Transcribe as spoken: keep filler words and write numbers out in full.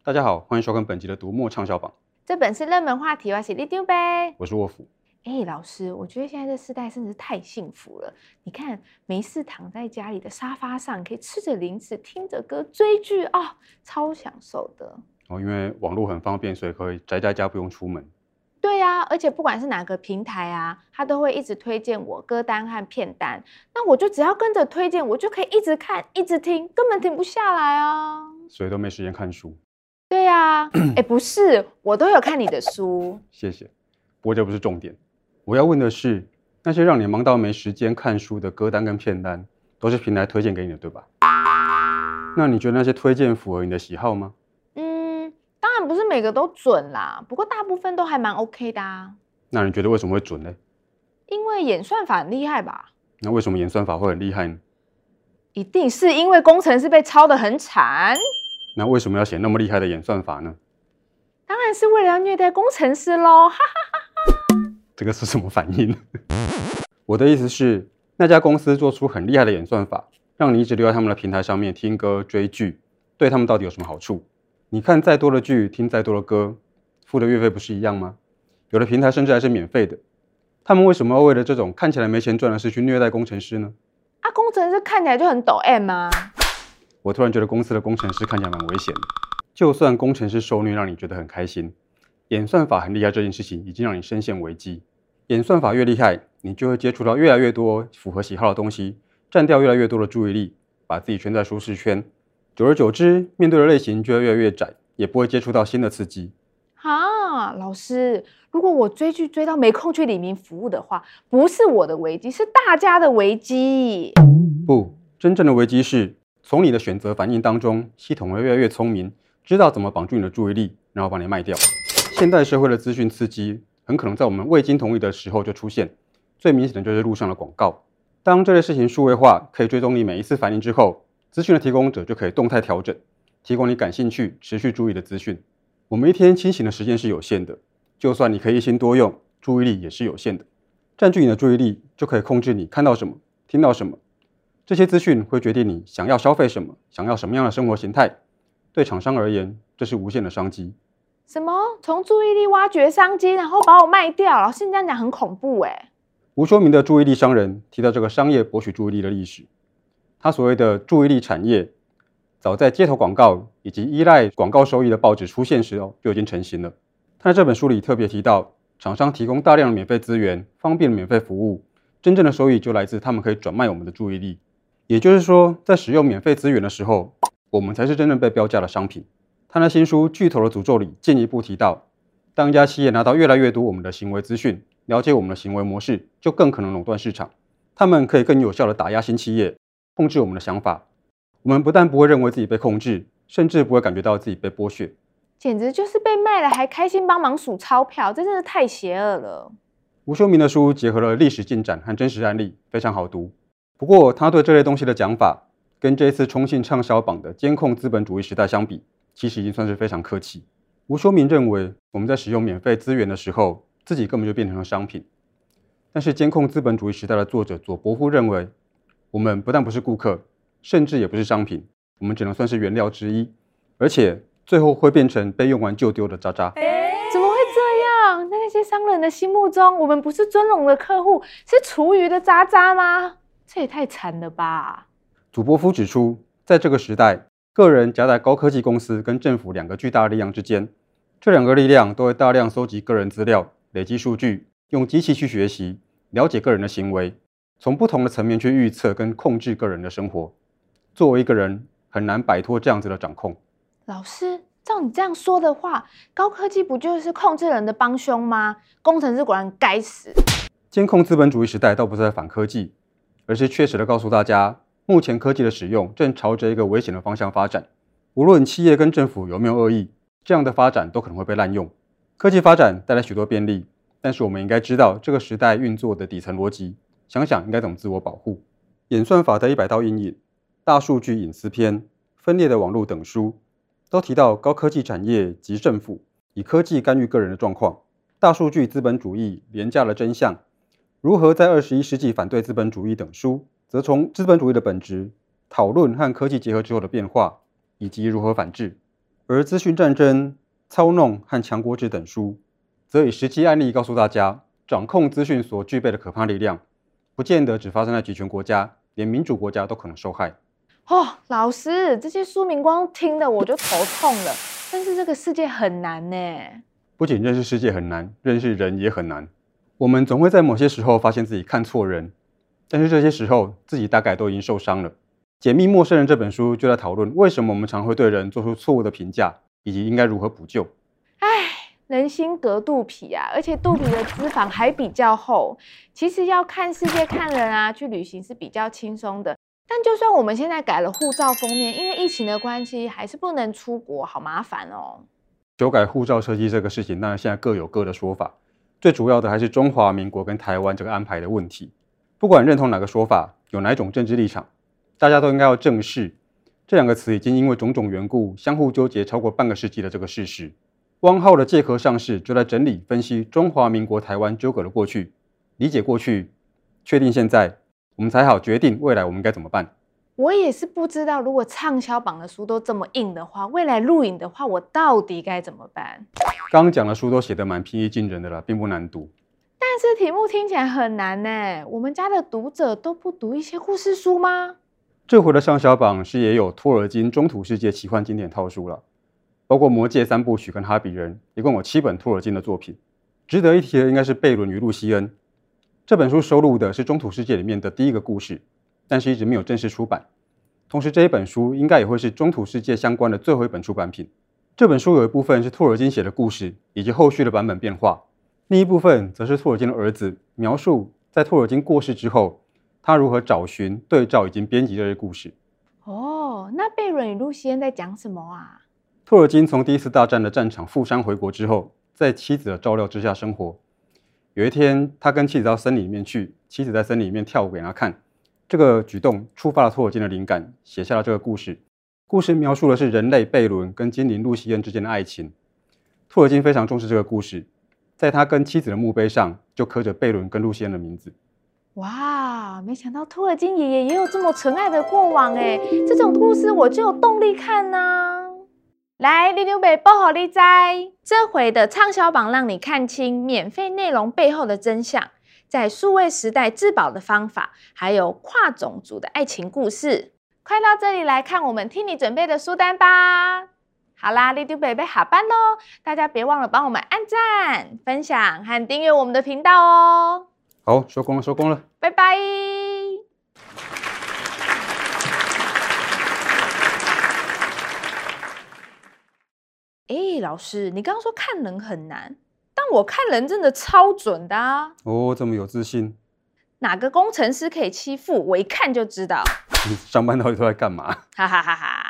大家好，欢迎收看本集的读墨畅销榜。 这本是热门话题，我是立丢呗。 我是沃夫。 哎，老师，我觉得现在这世代真的是太幸福了。你看，没事躺在家里的沙发上，可以吃着零食，听着歌，追剧啊、哦，超享受的。 哦，因为网络很方便，所以可以宅在家不用出门。 对呀、啊，而且不管是哪个平台啊，它都会一直推荐我歌单和片单，那我就只要跟着推荐，我就可以一直看、一直听，根本停不下来啊。 所以都没时间看书。 对呀、啊，哎，不是，我都有看你的书。 谢谢，不过这不是重点。我要问的是，那些让你忙到没时间看书的歌单跟片单，都是平台推荐给你的，对吧？那你觉得那些推荐符合你的喜好吗？ 嗯，当然不是每个都准啦，不过大部分都还蛮 OK 的啊。 那你觉得为什么会准呢？ 因为演算法很厉害吧？ 那为什么演算法会很厉害呢？ 一定是因为工程师被抄得很惨。 那为什么要写那么厉害的演算法呢？ 当然是为了要虐待工程师咯，哈哈哈。 这个是什么反应？我的意思是，那家公司做出很厉害的演算法，让你一直留在他们的平台上面听歌追剧，对他们到底有什么好处？你看再多的剧，听再多的歌，付的月费不是一样吗？有的平台甚至还是免费的，他们为什么要为了这种看起来没钱赚的事去虐待工程师呢？ 啊，工程师看起来就很抖 M 啊。 我突然觉得公司的工程师看起来蛮危险的。就算工程师受虐让你觉得很开心，演算法很厉害这件事情已经让你深陷危机。演算法越厉害，你就会接触到越来越多符合喜好的东西，占掉越来越多的注意力，把自己圈在舒适圈。久而久之，面对的类型就会越来越窄，也不会接触到新的刺激。 啊，老师，如果我追剧追到没空去黎明服务的话，不是我的危机，是大家的危机。 不，真正的危机是从你的选择反应当中，系统会越来越聪明，知道怎么绑住你的注意力，然后把你卖掉。现代社会的资讯刺激很可能在我们未经同意的时候就出现，最明显的就是路上的广告。当这类事情数位化，可以追踪你每一次反应之后，资讯的提供者就可以动态调整，提供你感兴趣、持续注意的资讯。我们一天清醒的时间是有限的，就算你可以一心多用，注意力也是有限的。占据你的注意力，就可以控制你看到什么、听到什么。这些资讯会决定你想要消费什么，想要什么样的生活形态。对厂商而言，这是无限的商机。 什么？从注意力挖掘商机，然后把我卖掉？老师，你这样讲很恐怖哎。 吴修明的注意力商人提到这个商业博取注意力的历史。他所谓的注意力产业，早在街头广告以及依赖广告收益的报纸出现时就已经成型了。他在这本书里特别提到，厂商提供大量的免费资源，方便的免费服务，真正的收益就来自他们可以转卖我们的注意力。也就是说，在使用免费资源的时候，我们才是真正被标价的商品。他的新书《巨头的诅咒》里进一步提到，当一家企业拿到越来越多我们的行为资讯，了解我们的行为模式，就更可能垄断市场。他们可以更有效地打压新企业，控制我们的想法。我们不但不会认为自己被控制，甚至不会感觉到自己被剥削。 简直就是被卖了还开心帮忙数钞票，这真的太邪恶了。 吴修明的书结合了历史进展和真实案例，非常好读。不过他对这类东西的讲法，跟这次冲进畅销榜的监控资本主义时代相比，其实已经算是非常客气。吴修明认为，我们在使用免费资源的时候，自己根本就变成了商品。但是监控资本主义时代的作者佐伯夫认为，我们不但不是顾客，甚至也不是商品，我们只能算是原料之一，而且最后会变成被用完就丢的渣渣。 怎么会这样？在那些商人的心目中，我们不是尊荣的客户，是厨余的渣渣吗？这也太惨了吧！ 祖波夫指出，在这个时代，个人夹在高科技公司跟政府两个巨大力量之间，这两个力量都会大量搜集个人资料，累积数据，用机器去学习，了解个人的行为，从不同的层面去预测跟控制个人的生活。作为一个人，很难摆脱这样子的掌控。 老师，照你这样说的话，高科技不就是控制人的帮凶吗？工程师果然该死。 监控资本主义时代倒不是在反科技，而是确实的告诉大家，目前科技的使用正朝着一个危险的方向发展。无论企业跟政府有没有恶意，这样的发展都可能会被滥用。科技发展带来许多便利，但是我们应该知道这个时代运作的底层逻辑，想想应该怎么自我保护。演算法的一百道阴影、大数据隐私篇、分裂的网络等书，都提到高科技产业及政府以科技干预个人的状况。大数据资本主义廉价的真相，如何在二十一世纪反对资本主义等书，则从资本主义的本质讨论和科技结合之后的变化，以及如何反制。 而《资讯战争》《操弄》和《强国志》等书，则以实际案例告诉大家，掌控资讯所具备的可怕力量，不见得只发生在集权国家，连民主国家都可能受害。 哦，老师，这些书名光听的我就头痛了。但是这个世界很难呢。 不仅认识世界很难，认识人也很难。我们总会在某些时候发现自己看错人，但是这些时候自己大概都已经受伤了。《解密陌生人》这本书就在讨论为什么我们常会对人做出错误的评价，以及应该如何补救。 唉，人心隔肚皮啊，而且肚皮的脂肪还比较厚。其实要看世界、看人啊，去旅行是比较轻松的。但就算我们现在改了护照封面，因为疫情的关系，还是不能出国，好麻烦哦。 修改护照设计这个事情，当然现在各有各的说法。最主要的还是中华民国跟台湾这个安排的问题。不管认同哪个说法，有哪一种政治立场，大家都应该要正视这两个词已经因为种种缘故相互纠结超过半个世纪的这个事实。汪浩的借壳上市就在整理分析中华民国台湾纠葛的过去，理解过去，确定现在，我们才好决定未来我们该怎么办。 我也是不知道，如果畅销榜的书都这么硬的话，未来录影的话，我到底该怎么办？ 刚刚讲的书都写得蛮平易近人的了，并不难读。 但是题目听起来很难呢。我们家的读者都不读一些故事书吗？ 这回的畅销榜是也有托尔金中土世界奇幻经典套书了，包括《魔戒》三部曲跟《哈比人》，一共有七本托尔金的作品。值得一提的应该是《贝伦与露西恩》这本书收录的是中土世界里面的第一个故事，但是一直没有正式出版。同时这一本书应该也会是中土世界相关的最后一本出版品。这本书有一部分是托尔金写的故事以及后续的版本变化，另一部分则是托尔金的儿子描述在托尔金过世之后，他如何找寻、对照以及编辑这些故事。 哦，那贝伦与露西恩在讲什么啊？ 托尔金从第一次大战的战场负伤回国之后，在妻子的照料之下生活。有一天，他跟妻子到森林里面去，妻子在森林里面跳舞给他看。这个举动触发了托尔金的灵感，写下了这个故事。故事描述的是人类贝伦跟精灵露西恩之间的爱情。托尔金非常重视这个故事，在他跟妻子的墓碑上就刻着贝伦跟露西恩的名字。 哇，没想到托尔金爷爷也有这么纯爱的过往哎，这种故事我就有动力看啊。来，哩溜北报好利哉！这回的畅销榜让你看清免费内容背后的真相，在数位时代自保的方法，还有跨种族的爱情故事。快到这里来看我们替你准备的书单吧！好啦，哩溜北北下班咯，大家别忘了帮我们按赞、分享和订阅我们的频道哦。 好，收工了，收工了， 拜拜。哎，老师，你刚刚说看人很难，但我看人真的超准的啊！ 哦，这么有自信。 哪个工程师可以欺负我，一看就知道。 你上班到底都在干嘛？ 哈哈哈哈。